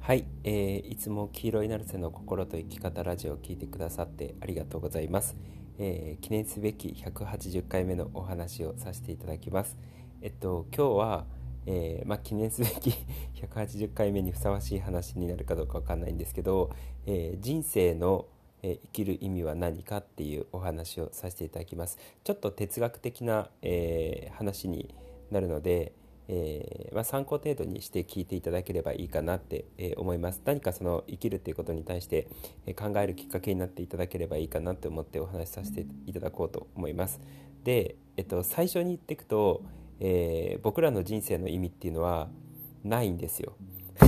はい、いつも黄色いナルセの心と生き方ラジオを聞いてくださってありがとうございます。記念すべき180回目のお話をさせていただきます。今日は、記念すべき180回目にふさわしい話になるかどうかわかんないんですけど、人生の生きる意味は何かっていうお話をさせていただきます。ちょっと哲学的な、話になるので、参考程度にして聞いていただければいいかなって、思います。何かその生きるっていうことに対して、考えるきっかけになっていただければいいかなと思ってお話しさせていただこうと思います。で、最初に言っていくと、僕らの人生の意味っていうのはないんですよ。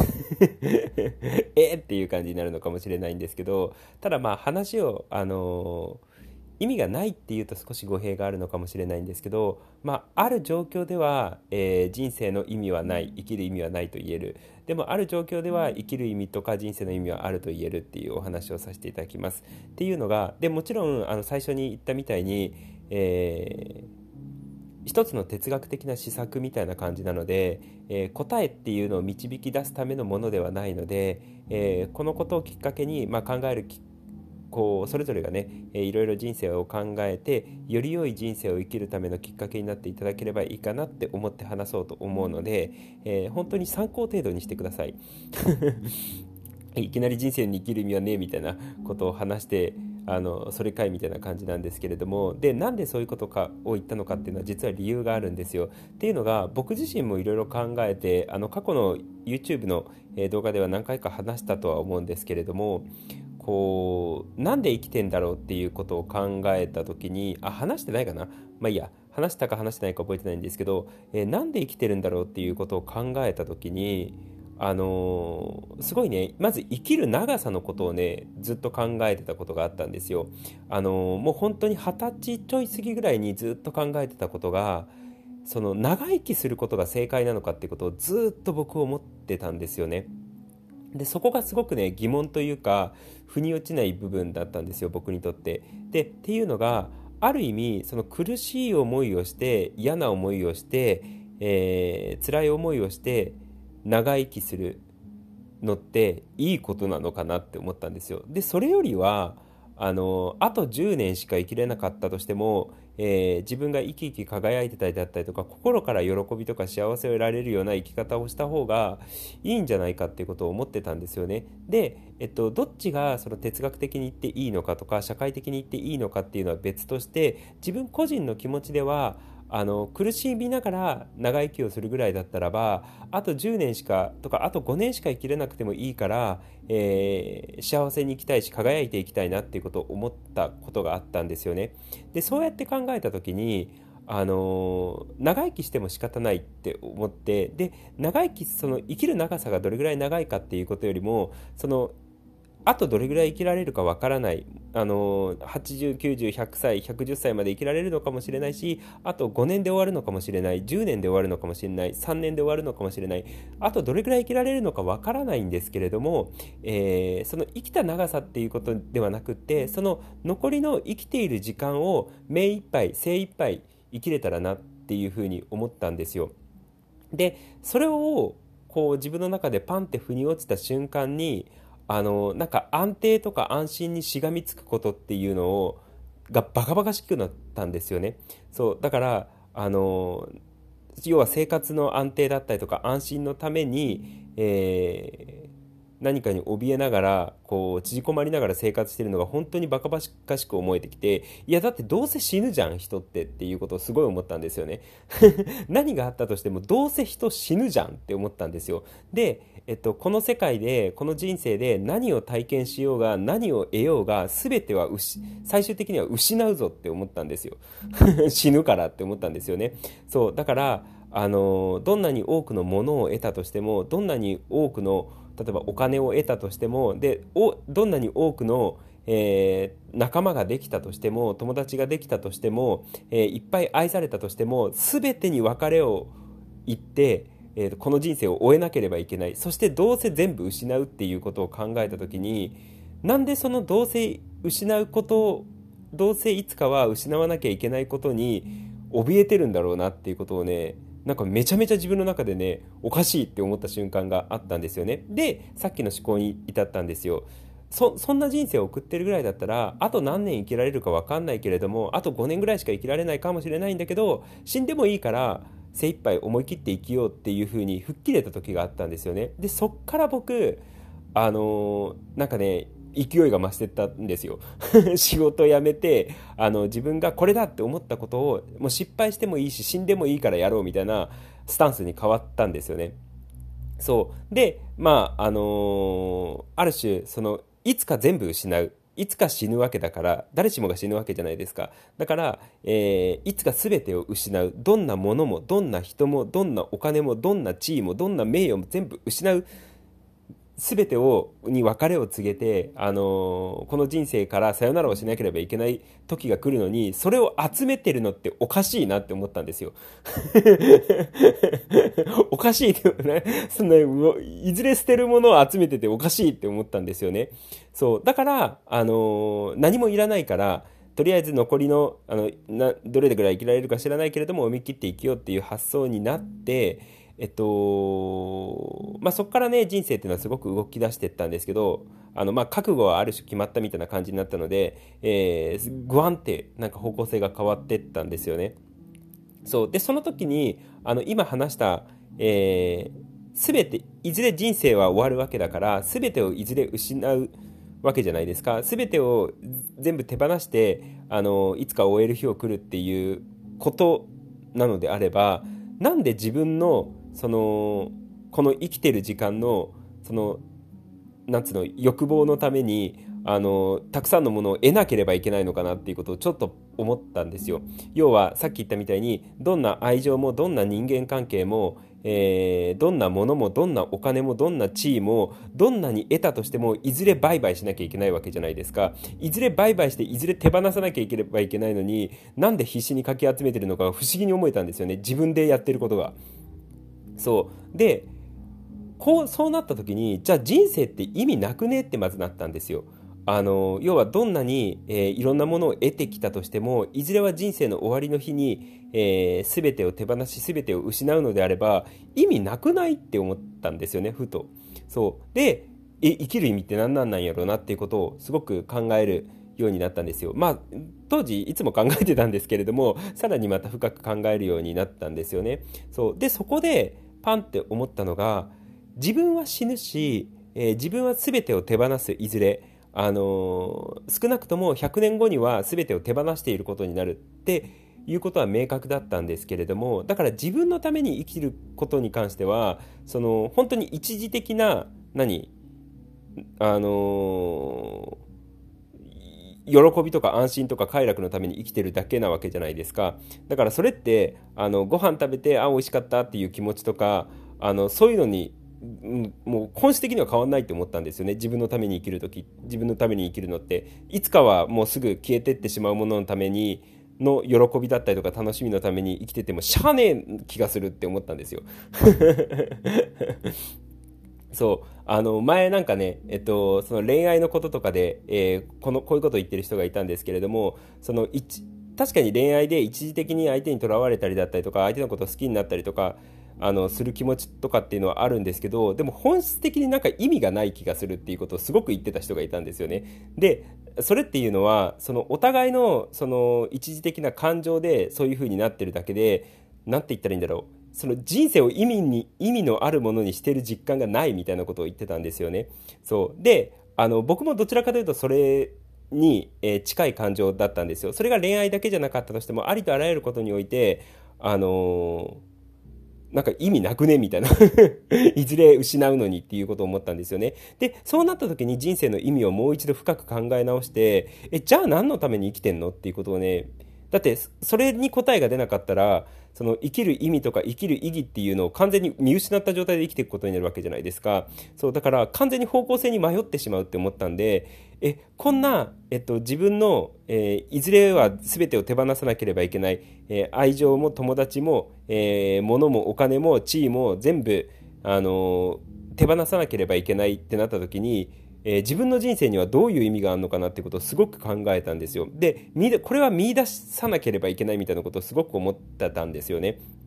っていう感じになるのかもしれないんですけど、ただ話を、意味がないっていうと少し語弊があるのかもしれないんですけど、ある状況では、人生の意味はない、生きる意味はないと言える。でもある状況では生きる意味とか人生の意味はあると言えるっていうお話をさせていただきます。っていうのが、でもちろん最初に言ったみたいに、一つの哲学的な施策みたいな感じなので、答えっていうのを導き出すためのものではないので、このことをきっかけに、考えるそれぞれがね、いろいろ人生を考えてより良い人生を生きるためのきっかけになっていただければいいかなって思って話そうと思うので、本当に参考程度にしてください。いきなり人生に生きる意味はねみたいなことを話して、それかいみたいな感じなんですけれども、でなんでそういうことかを言ったのかっていうのは実は理由があるんですよ。っていうのが、僕自身もいろいろ考えて、過去の YouTube の動画では何回か話したとは思うんですけれども、なんで生きてんだろうっていうことを考えた時に、話してないかな、いいや、話したか話してないか覚えてないんですけど、なんで生きてるんだろうっていうことを考えた時に、すごいね、まず生きる長さのことをねずっと考えてたことがあったんですよ。もう本当に20歳ちょい過ぎぐらいにずっと考えてたことが、その長生きすることが正解なのかっていうことをずっと僕思ってたんですよね。でそこがすごくね疑問というか腑に落ちない部分だったんですよ、僕にとって。でっていうのが、ある意味その苦しい思いをして嫌な思いをして、辛い思いをして長生きするのっていいことなのかなって思ったんですよ。でそれよりは、あと10年しか生きれなかったとしても、自分が生き生き輝いてたりだったりとか、心から喜びとか幸せを得られるような生き方をした方がいいんじゃないかっていうことを思ってたんですよね。で、どっちがその哲学的に言っていいのかとか社会的に言っていいのかっていうのは別として、自分個人の気持ちでは苦しみながら長生きをするぐらいだったらば、あと10年しかとかあと5年しか生きれなくてもいいから、幸せに生きたいし輝いていきたいなっていうことを思ったことがあったんですよね。でそうやって考えた時に、長生きしても仕方ないって思って、で長生き、その生きる長さがどれぐらい長いかっていうことよりも、そのあとどれぐらい生きられるかわからない、80、90、100歳、110歳まで生きられるのかもしれないし、あと5年で終わるのかもしれない、10年で終わるのかもしれない、3年で終わるのかもしれない、あとどれぐらい生きられるのかわからないんですけれども、その生きた長さっていうことではなくって、その残りの生きている時間を目いっぱい精一杯生きれたらなっていうふうに思ったんですよ。でそれを自分の中でパンって腑に落ちた瞬間に、なんか安定とか安心にしがみつくことっていうのがバカバカしくなったんですよね。そうだから、要は生活の安定だったりとか安心のために、何かに怯えながら縮こまりながら生活しているのが本当にバカバカしく思えてきて、いやだってどうせ死ぬじゃん人ってっていうことをすごい思ったんですよね。何があったとしてもどうせ人死ぬじゃんって思ったんですよ。で、この世界でこの人生で何を体験しようが何を得ようが全ては最終的には失うぞって思ったんですよ。死ぬからって思ったんですよね。そうだから、どんなに多くのものを得たとしても、どんなに多くの例えばお金を得たとしても、どんなに多くの、仲間ができたとしても、友達ができたとしても、いっぱい愛されたとしても、全てに別れを言って、この人生を終えなければいけない、そしてどうせ全部失うっていうことを考えた時に、なんでそのどうせ失うことを、どうせいつかは失わなきゃいけないことに怯えてるんだろうなっていうことをねなんかめちゃめちゃ自分の中でね、おかしいって思った瞬間があったんですよね。で、さっきの思考に至ったんですよ。そんな人生を送ってるぐらいだったら、あと何年生きられるか分かんないけれども、あと5年ぐらいしか生きられないかもしれないんだけど、死んでもいいから精一杯思い切って生きようっていう風に吹っ切れた時があったんですよね。でそっから僕、なんかね、勢いが増してったんですよ。仕事辞めて、自分がこれだって思ったことを、もう失敗してもいいし死んでもいいからやろうみたいなスタンスに変わったんですよね。そうで、ある種いつか全部失う、いつか死ぬわけだから、誰しもが死ぬわけじゃないですか。だから、いつか全てを失う、どんなものもどんな人もどんなお金もどんな地位もどんな名誉も全部失う、全てに別れを告げて、この人生からさよならをしなければいけない時が来るのに、それを集めてるのっておかしいなって思ったんですよ。おかしいってね、いずれ捨てるものを集めてておかしいって思ったんですよね。そうだから、何もいらないから、とりあえず残りの、どれぐらい生きられるか知らないけれども思い切って生きようっていう発想になって、そこからね、人生っていうのはすごく動き出していったんですけど、覚悟はある種決まったみたいな感じになったので、グワンってなんか方向性が変わっていったんですよね。そうで、その時に今話した、全ていずれ人生は終わるわけだから、全てをいずれ失うわけじゃないですか。全てを全部手放して、いつか終える日を来るっていうことなのであれば、なんで自分のこの生きてる時間のなんつうの、欲望のためにたくさんのものを得なければいけないのかなっていうことをちょっと思ったんですよ。要はさっき言ったみたいに、どんな愛情もどんな人間関係も、どんなものもどんなお金もどんな地位もどんなに得たとしても、いずれ売買しなきゃいけないわけじゃないですか。いずれ売買していずれ手放さなきゃいければいけないのに、なんで必死にかき集めてるのか不思議に思えたんですよね、自分でやってることが。そうで、そうなった時に、じゃあ人生って意味なくねってまずなったんですよ。要はどんなに、いろんなものを得てきたとしても、いずれは人生の終わりの日に、全てを手放し全てを失うのであれば意味なくないって思ったんですよね、ふと。そうで、生きる意味って何なんなんやろうなっていうことをすごく考えるようになったんですよ。当時いつも考えてたんですけれども、さらにまた深く考えるようになったんですよね。そうで、そこでパンって思ったのが、自分は死ぬし、自分は全てを手放す、いずれ少なくとも100年後には全てを手放していることになるっていうことは明確だったんですけれども、だから自分のために生きることに関しては、本当に一時的なあの喜びとか安心とか快楽のために生きてるだけなわけじゃないですか。だからそれって、ご飯食べて美味しかったっていう気持ちとか、そういうのに、もう本質的には変わんないって思ったんですよね。自分のために生きる時、自分のために生きるのっていつかはもうすぐ消えてってしまうもののためにの喜びだったりとか楽しみのために生きててもしゃあねえ気がするって思ったんですよ。そう前なんかね、その恋愛のこととかで、こういうことを言ってる人がいたんですけれども、確かに恋愛で一時的に相手にとらわれたりだったりとか、相手のことを好きになったりとかする気持ちとかっていうのはあるんですけど、でも本質的になんか意味がない気がするっていうことをすごく言ってた人がいたんですよね。でそれっていうのは、お互いの一時的な感情でそういう風になってるだけで、なんて言ったらいいんだろう、人生を意味のあるものにしてる実感がないみたいなことを言ってたんですよね。そうで、僕もどちらかというとそれに、近い感情だったんですよ。それが恋愛だけじゃなかったとしても、ありとあらゆることにおいて、なんか意味なくねみたいないずれ失うのにっていうことを思ったんですよね。でそうなった時に、人生の意味をもう一度深く考え直して、じゃあ何のために生きてんのっていうことをね。だってそれに答えが出なかったら、生きる意味とか生きる意義っていうのを完全に見失った状態で生きていくことになるわけじゃないですか。そうだから完全に方向性に迷ってしまうって思ったんで、こんな、自分の、いずれは全てを手放さなければいけない、愛情も友達も、物もお金も地位も全部、手放さなければいけないってなった時に、自分の人生にはどういう意味があるのかなってことをすごく考えたんですよ。でこれは見出さなければいけないみたいなことをすごく思ってたんですよね。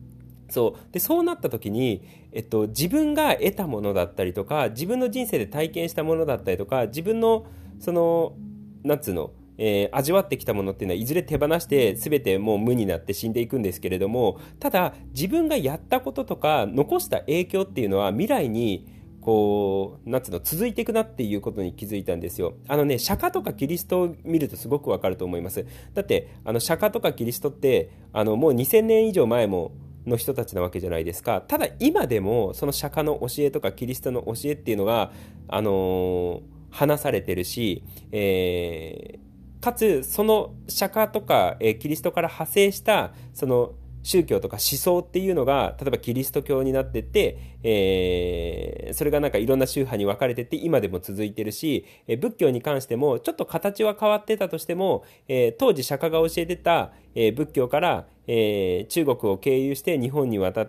そうなった時に、自分が得たものだったりとか、自分の人生で体験したものだったりとか、自分のそのなんつうの、味わってきたものっていうのはいずれ手放して全てもう無になって死んでいくんですけれども、ただ自分がやったこととか残した影響っていうのは未来にこうなんつうの続いていくなっていうことに気づいたんですよ。釈迦とかキリストを見るとすごくわかると思います。だって釈迦とかキリストってもう2000年以上前もの人たちなわけじゃないですか。ただ今でもその釈迦の教えとかキリストの教えっていうのが、話されてるし、かつその釈迦とか、キリストから派生したその宗教とか思想っていうのが例えばキリスト教になってって、それがなんかいろんな宗派に分かれてって今でも続いてるし、仏教に関してもちょっと形は変わってたとしても、当時釈迦が教えてた、仏教から、中国を経由して日本に渡って、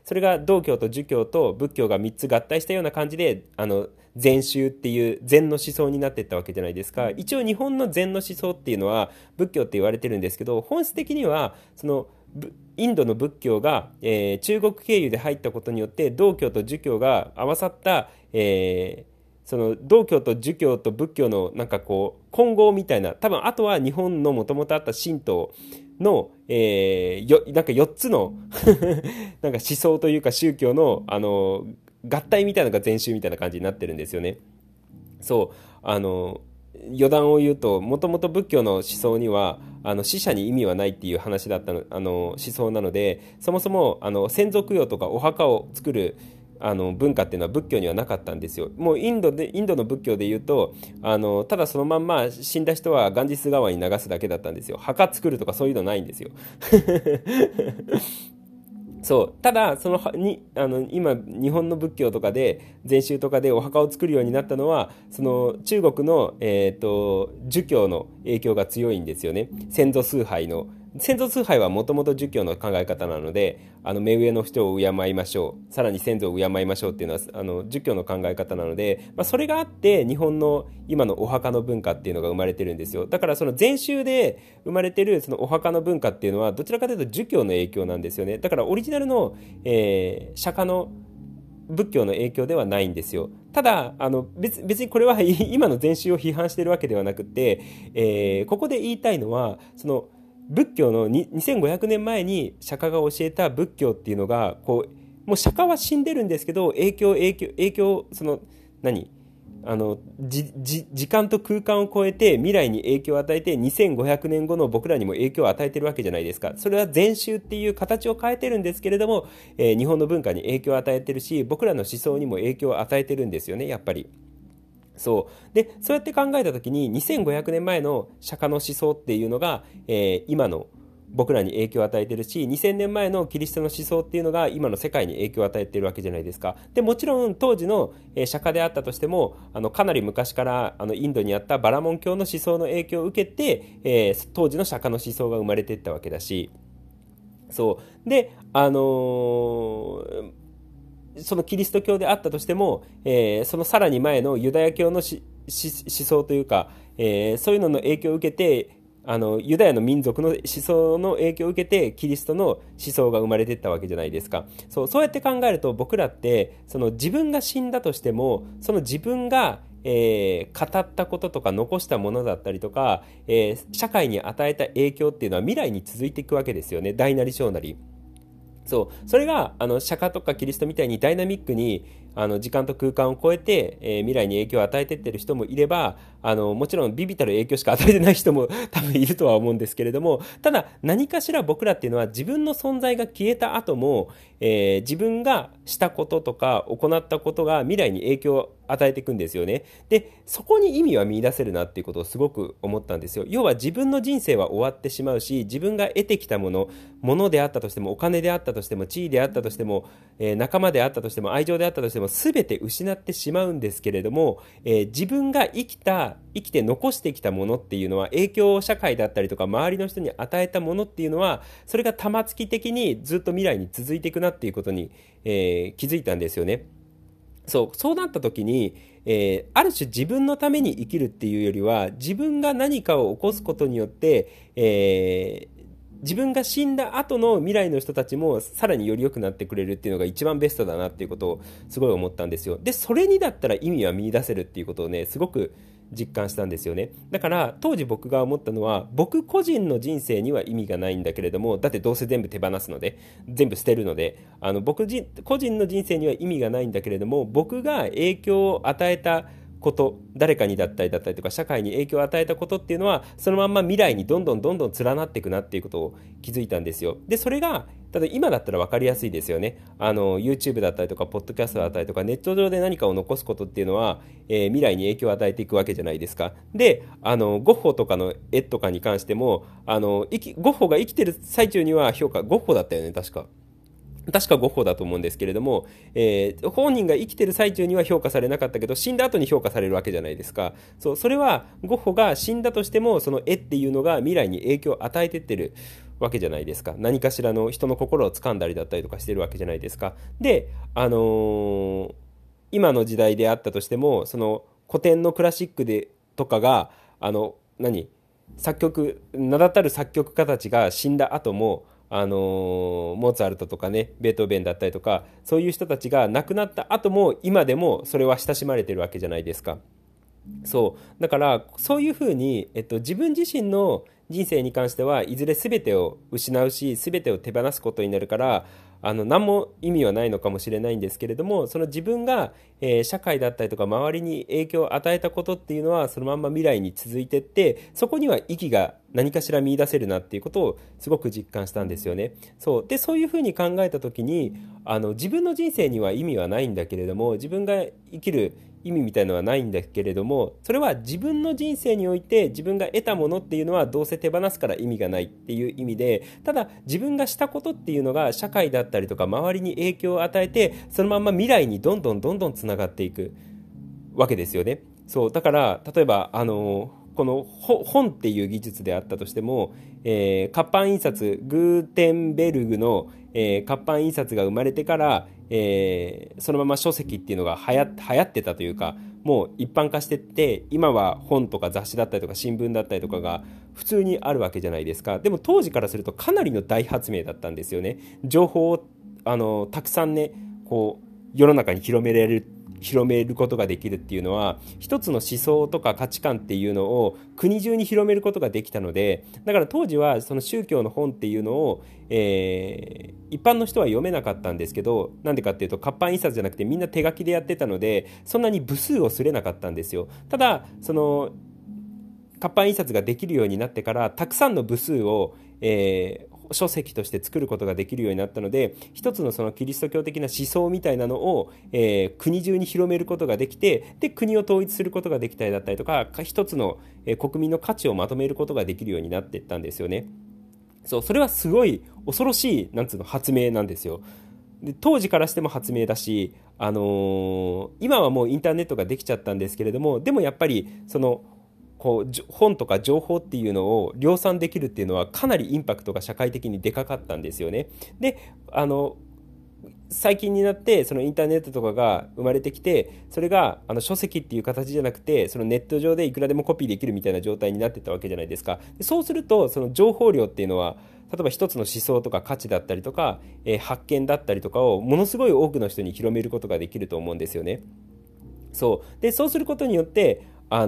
それが道教と儒教と仏教が3つ合体したような感じで禅宗っていう禅の思想になっていったわけじゃないですか。一応日本の禅の思想っていうのは仏教って言われてるんですけど、本質的にはそのインドの仏教が、中国経由で入ったことによって道教と儒教が合わさった、その道教と儒教と仏教のなんかこう混合みたいな、多分あとは日本のもともとあった神道の、なんか4つのなんか思想というか宗教の、合体みたいなのが禅宗みたいな感じになってるんですよね。余談を言うと、もともと仏教の思想には死者に意味はないっていう話だったの、思想なので、そもそも先祖供養とかお墓を作る文化っていうのは仏教にはなかったんですよ。もうインドの仏教で言うとただそのまんま死んだ人はガンジス川に流すだけだったんですよ。墓作るとかそういうのないんですよ。ただ今日本の仏教とかで禅宗とかでお墓を作るようになったのは、その中国の、儒教の影響が強いんですよね。先祖崇拝はもともと儒教の考え方なので、目上の人を敬いましょう、さらに先祖を敬いましょうっていうのは儒教の考え方なので、それがあって日本の今のお墓の文化っていうのが生まれてるんですよ。だからその禅宗で生まれてるそのお墓の文化っていうのはどちらかというと儒教の影響なんですよね。だからオリジナルの、釈迦の仏教の影響ではないんですよ。ただ別にこれは今の禅宗を批判しているわけではなくて、ここで言いたいのは、その仏教の2500年前に釈迦が教えた仏教っていうのがもう釈迦は死んでるんですけど、影響その時間と空間を超えて未来に影響を与えて、2500年後の僕らにも影響を与えてるわけじゃないですか。それは禅宗っていう形を変えてるんですけれども、日本の文化に影響を与えてるし、僕らの思想にも影響を与えてるんですよね、やっぱり。そうやって考えた時に2500年前の釈迦の思想っていうのが、今の僕らに影響を与えてるし、2000年前のキリストの思想っていうのが今の世界に影響を与えてるわけじゃないですか。でもちろん当時の釈迦であったとしても、かなり昔からインドにあったバラモン教の思想の影響を受けて、当時の釈迦の思想が生まれていったわけだし、でそのキリスト教であったとしても、そのさらに前のユダヤ教の思想というか、そういうのの影響を受けて、ユダヤの民族の思想の影響を受けてキリストの思想が生まれていったわけじゃないですか。そうやって考えると、僕らってその自分が死んだとしても、その自分が語ったこととか残したものだったりとか、社会に与えた影響っていうのは未来に続いていくわけですよね、大なり小なり。それが釈迦とかキリストみたいにダイナミックに時間と空間を超えて、未来に影響を与えていってる人もいれば、もちろん微々たる影響しか与えてない人も多分いるとは思うんですけれども、ただ何かしら僕らっていうのは自分の存在が消えた後も、自分がしたこととか行ったことが未来に影響を与えていくんですよね。でそこに意味は見出せるなっていうことをすごく思ったんですよ。要は自分の人生は終わってしまうし、自分が得てきたものであったとしても、お金であったとしても、地位であったとしても、仲間であったとしても、愛情であったとしても、全て失ってしまうんですけれども、自分が生きて残してきたものっていうのは、影響社会だったりとか周りの人に与えたものっていうのは、それが玉突き的にずっと未来に続いていくなっていうことに、気づいたんですよね。そうなった時に、ある種自分のために生きるっていうよりは、自分が何かを起こすことによって、 自分が死んだ後の未来の人たちもさらにより良くなってくれるっていうのが一番ベストだなっていうことをすごい思ったんですよ。でそれにだったら意味は見出せるっていうことをねすごく実感したんですよね。だから当時僕が思ったのは、僕個人の人生には意味がないんだけれども、だってどうせ全部手放すので、全部捨てるので、僕個人の人生には意味がないんだけれども、僕が影響を与えたこと、誰かにだったりとか社会に影響を与えたことっていうのはそのまんま未来にどんどん連なっていくなっていうことを気づいたんですよ。でそれがただ今だったら分かりやすいですよね。YouTube だったりとかポッドキャストだったりとかネット上で何かを残すことっていうのは、未来に影響を与えていくわけじゃないですか。でゴッホとかの絵とかに関してもゴッホが生きてる最中にはゴッホだったよね、確かゴッホだと思うんですけれども、本人が生きてる最中には評価されなかったけど死んだ後に評価されるわけじゃないですか。それはゴッホが死んだとしてもその絵っていうのが未来に影響を与えてってるわけじゃないですか。何かしらの人の心を掴んだりだったりとかしてるわけじゃないですか。で、今の時代であったとしてもその古典のクラシックでとかが名だたる作曲家たちが死んだ後もモーツァルトとかねベートーベンだったりとかそういう人たちが亡くなった後も今でもそれは親しまれてるわけじゃないですか。そうだからそういうふうに、自分自身の人生に関してはいずれ全てを失うし全てを手放すことになるから何も意味はないのかもしれないんですけれども、その自分が、社会だったりとか周りに影響を与えたことっていうのはそのまんま未来に続いていって、そこには意義が何かしら見出せるなっていうことをすごく実感したんですよね。そういうふうに考えた時に自分の人生には意味はないんだけれども、自分が生きる意味みたいのはないんだけれども、それは自分の人生において自分が得たものっていうのはどうせ手放すから意味がないっていう意味で、ただ自分がしたことっていうのが社会だったりとか周りに影響を与えてそのまま未来にどんどんつながっていくわけですよね。だから例えばこの本っていう技術であったとしても、活版印刷グーテンベルグの、活版印刷が生まれてから、そのまま書籍っていうのが流行ってたというか、もう一般化してって、今は本とか雑誌だったりとか新聞だったりとかが普通にあるわけじゃないですか。でも当時からするとかなりの大発明だったんですよね。情報をたくさんね世の中に広めることができるっていうのは、一つの思想とか価値観っていうのを国中に広めることができたので、だから当時はその宗教の本っていうのを、一般の人は読めなかったんですけど、なんでかっていうと活版印刷じゃなくてみんな手書きでやってたので、そんなに部数をすれなかったんですよ。ただその活版印刷ができるようになってからたくさんの部数を、書籍として作ることができるようになったので、一つのそのキリスト教的な思想みたいなのを、国中に広めることができて、で国を統一することができたりだったりとか、一つの、国民の価値をまとめることができるようになっていったんですよね。それはすごい恐ろしい発明なんですよ。で当時からしても発明だし、今はもうインターネットができちゃったんですけれども、でもやっぱりその本とか情報っていうのを量産できるっていうのはかなりインパクトが社会的にでかかったんですよね。で最近になってそのインターネットとかが生まれてきて、それが書籍っていう形じゃなくてそのネット上でいくらでもコピーできるみたいな状態になってたわけじゃないですか。でそうするとその情報量っていうのは、例えば一つの思想とか価値だったりとか、発見だったりとかをものすごい多くの人に広めることができると思うんですよね。そうすることによって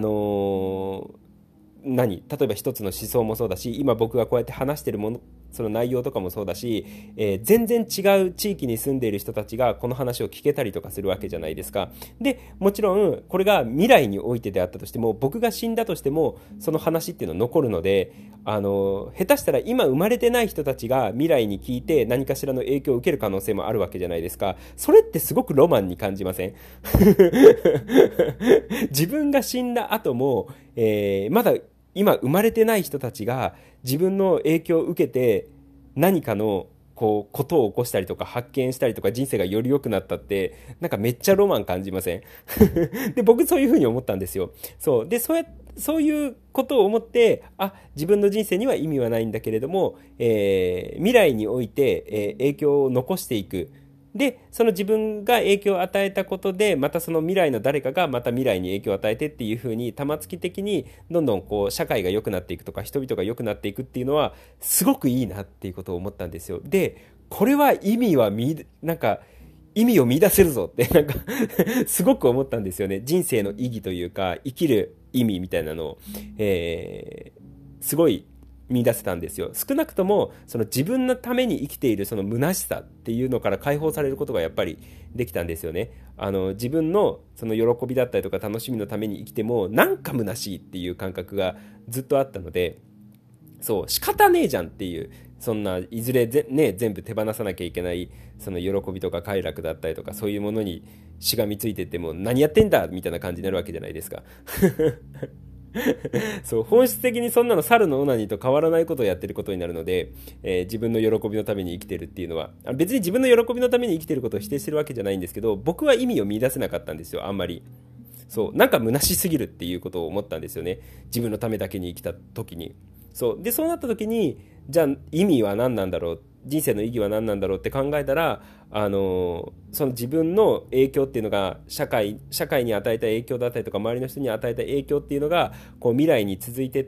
例えば一つの思想もそうだし、今僕がこうやって話してるもの、その内容とかもそうだし、全然違う地域に住んでいる人たちがこの話を聞けたりとかするわけじゃないですか。でもちろんこれが未来においてであったとしても、僕が死んだとしてもその話っていうのは残るので、下手したら今生まれてない人たちが未来に聞いて何かしらの影響を受ける可能性もあるわけじゃないですか。それってすごくロマンに感じません？自分が死んだ後も、まだ今生まれてない人たちが自分の影響を受けて何かのことを起こしたりとか発見したりとか人生がより良くなったって、なんかめっちゃロマン感じません？で僕そういうふうに思ったんですよ。そういうことを思って、自分の人生には意味はないんだけれども、未来において、影響を残していくで、その自分が影響を与えたことで、またその未来の誰かがまた未来に影響を与えてっていう風に、玉突き的にどんどんこう社会が良くなっていくとか、人々が良くなっていくっていうのは、すごくいいなっていうことを思ったんですよ。で、これはなんか、意味を見出せるぞって、なんかすごく思ったんですよね。人生の意義というか、生きる意味みたいなのを、すごい見出せたんですよ。少なくともその自分のために生きているその虚しさっていうのから解放されることがやっぱりできたんですよね。自分のその喜びだったりとか楽しみのために生きてもなんか虚しいっていう感覚がずっとあったので、そう仕方ねえじゃんっていう、そんないずれ全部手放さなきゃいけないその喜びとか快楽だったりとか、そういうものにしがみついてっても何やってんだみたいな感じになるわけじゃないですか。そう本質的にそんなの猿のオナニーと変わらないことをやってることになるので、自分の喜びのために生きてるっていうのは、別に自分の喜びのために生きてることを否定してるわけじゃないんですけど、僕は意味を見出せなかったんですよ、あんまり。そうなんか虚しすぎるっていうことを思ったんですよね、自分のためだけに生きた時に。そうなった時に、じゃあ意味は何なんだろう、人生の意義は何なんだろうって考えたら、その自分の影響っていうのが社会に与えた影響だったりとか、周りの人に与えた影響っていうのがこう未来に続いていって、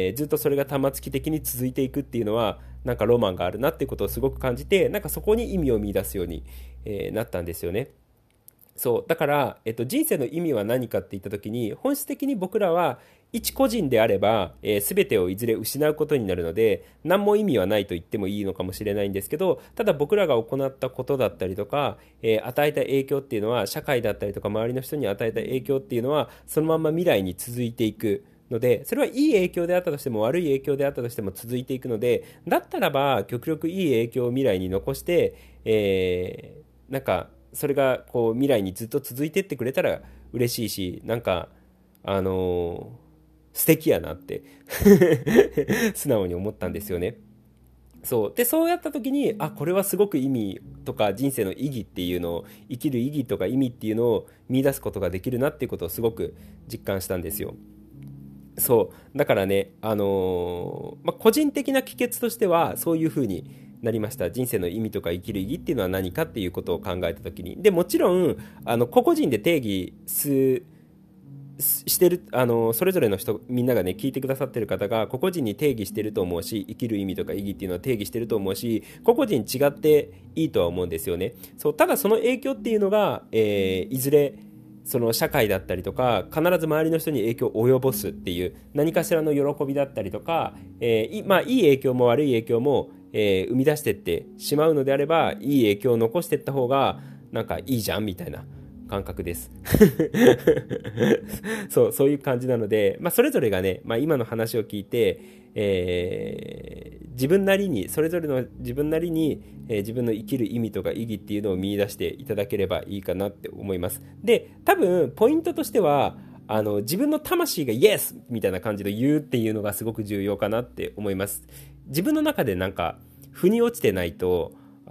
ずっとそれが玉突き的に続いていくっていうのは、なんかロマンがあるなっていうことをすごく感じて、なんかそこに意味を見出すように、なったんですよね。そうだから、人生の意味は何かって言った時に、本質的に僕らは一個人であれば、全てをいずれ失うことになるので、何も意味はないと言ってもいいのかもしれないんですけど、ただ僕らが行ったことだったりとか、与えた影響っていうのは、社会だったりとか周りの人に与えた影響っていうのはそのまま未来に続いていくので、それはいい影響であったとしても悪い影響であったとしても続いていくので、だったらば極力いい影響を未来に残して、なんかそれがこう未来にずっと続いてってくれたら嬉しいし、なんかあのー素敵やなって素直に思ったんですよね。そうやった時に、これはすごく意味とか人生の意義っていうのを、生きる意義とか意味っていうのを見出すことができるなっていうことをすごく実感したんですよ。そうだからね、個人的な帰結としてはそういう風になりました。人生の意味とか生きる意義っていうのは何かっていうことを考えた時に、でもちろん個々人で定義してる、それぞれの人、みんながね聞いてくださってる方が個々人に定義してると思うし、生きる意味とか意義っていうのは定義してると思うし、個々人違っていいとは思うんですよね。ただその影響っていうのが、いずれその社会だったりとか、必ず周りの人に影響を及ぼすっていう何かしらの喜びだったりとか、いい影響も悪い影響も、生み出していってしまうのであれば、いい影響を残していった方がなんかいいじゃんみたいな感覚ですそういう感じなので、それぞれがね、今の話を聞いて、自分なりに、それぞれの自分なりに、自分の生きる意味とか意義っていうのを見出していただければいいかなって思います。で、多分ポイントとしては、自分の魂がイエスみたいな感じで言うっていうのがすごく重要かなって思います。自分の中でなんか腑に落ちてないと、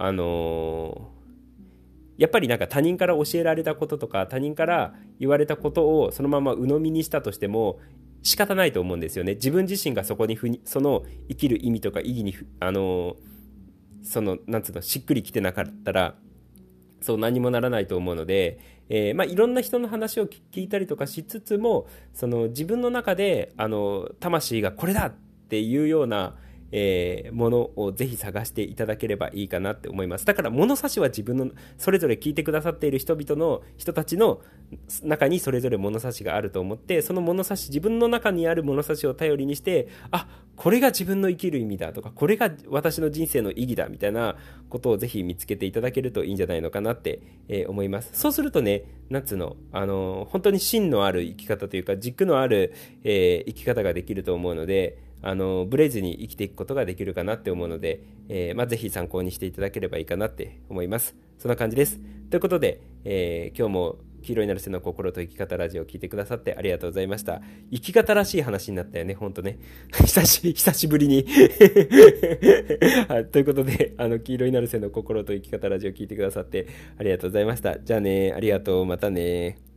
やっぱりなんか他人から教えられたこととか他人から言われたことをそのまま鵜呑みにしたとしても仕方ないと思うんですよね。自分自身がそこにその生きる意味とか意義にそのなんつうのしっくりきてなかったら何もならないと思うので、いろんな人の話を聞いたりとかしつつも、その自分の中で魂がこれだっていうようなものをぜひ探していただければいいかなって思います。だから物差しは自分の、それぞれ聞いてくださっている人たちの中にそれぞれ物差しがあると思って、その物差し、自分の中にある物差しを頼りにして、これが自分の生きる意味だとか、これが私の人生の意義だみたいなことをぜひ見つけていただけるといいんじゃないのかなって、思います。そうするとね、本当に芯のある生き方というか軸のある、生き方ができると思うので、ブレずに生きていくことができるかなって思うので、ぜひ参考にしていただければいいかなって思います。そんな感じです。ということで、今日も黄色いナルセの心と生き方ラジオを聞いてくださってありがとうございました。生き方らしい話になったよね、ほんとね。久しぶりにはい。ということで、黄色いナルセの心と生き方ラジオを聞いてくださってありがとうございました。じゃあね、ありがとう、またね。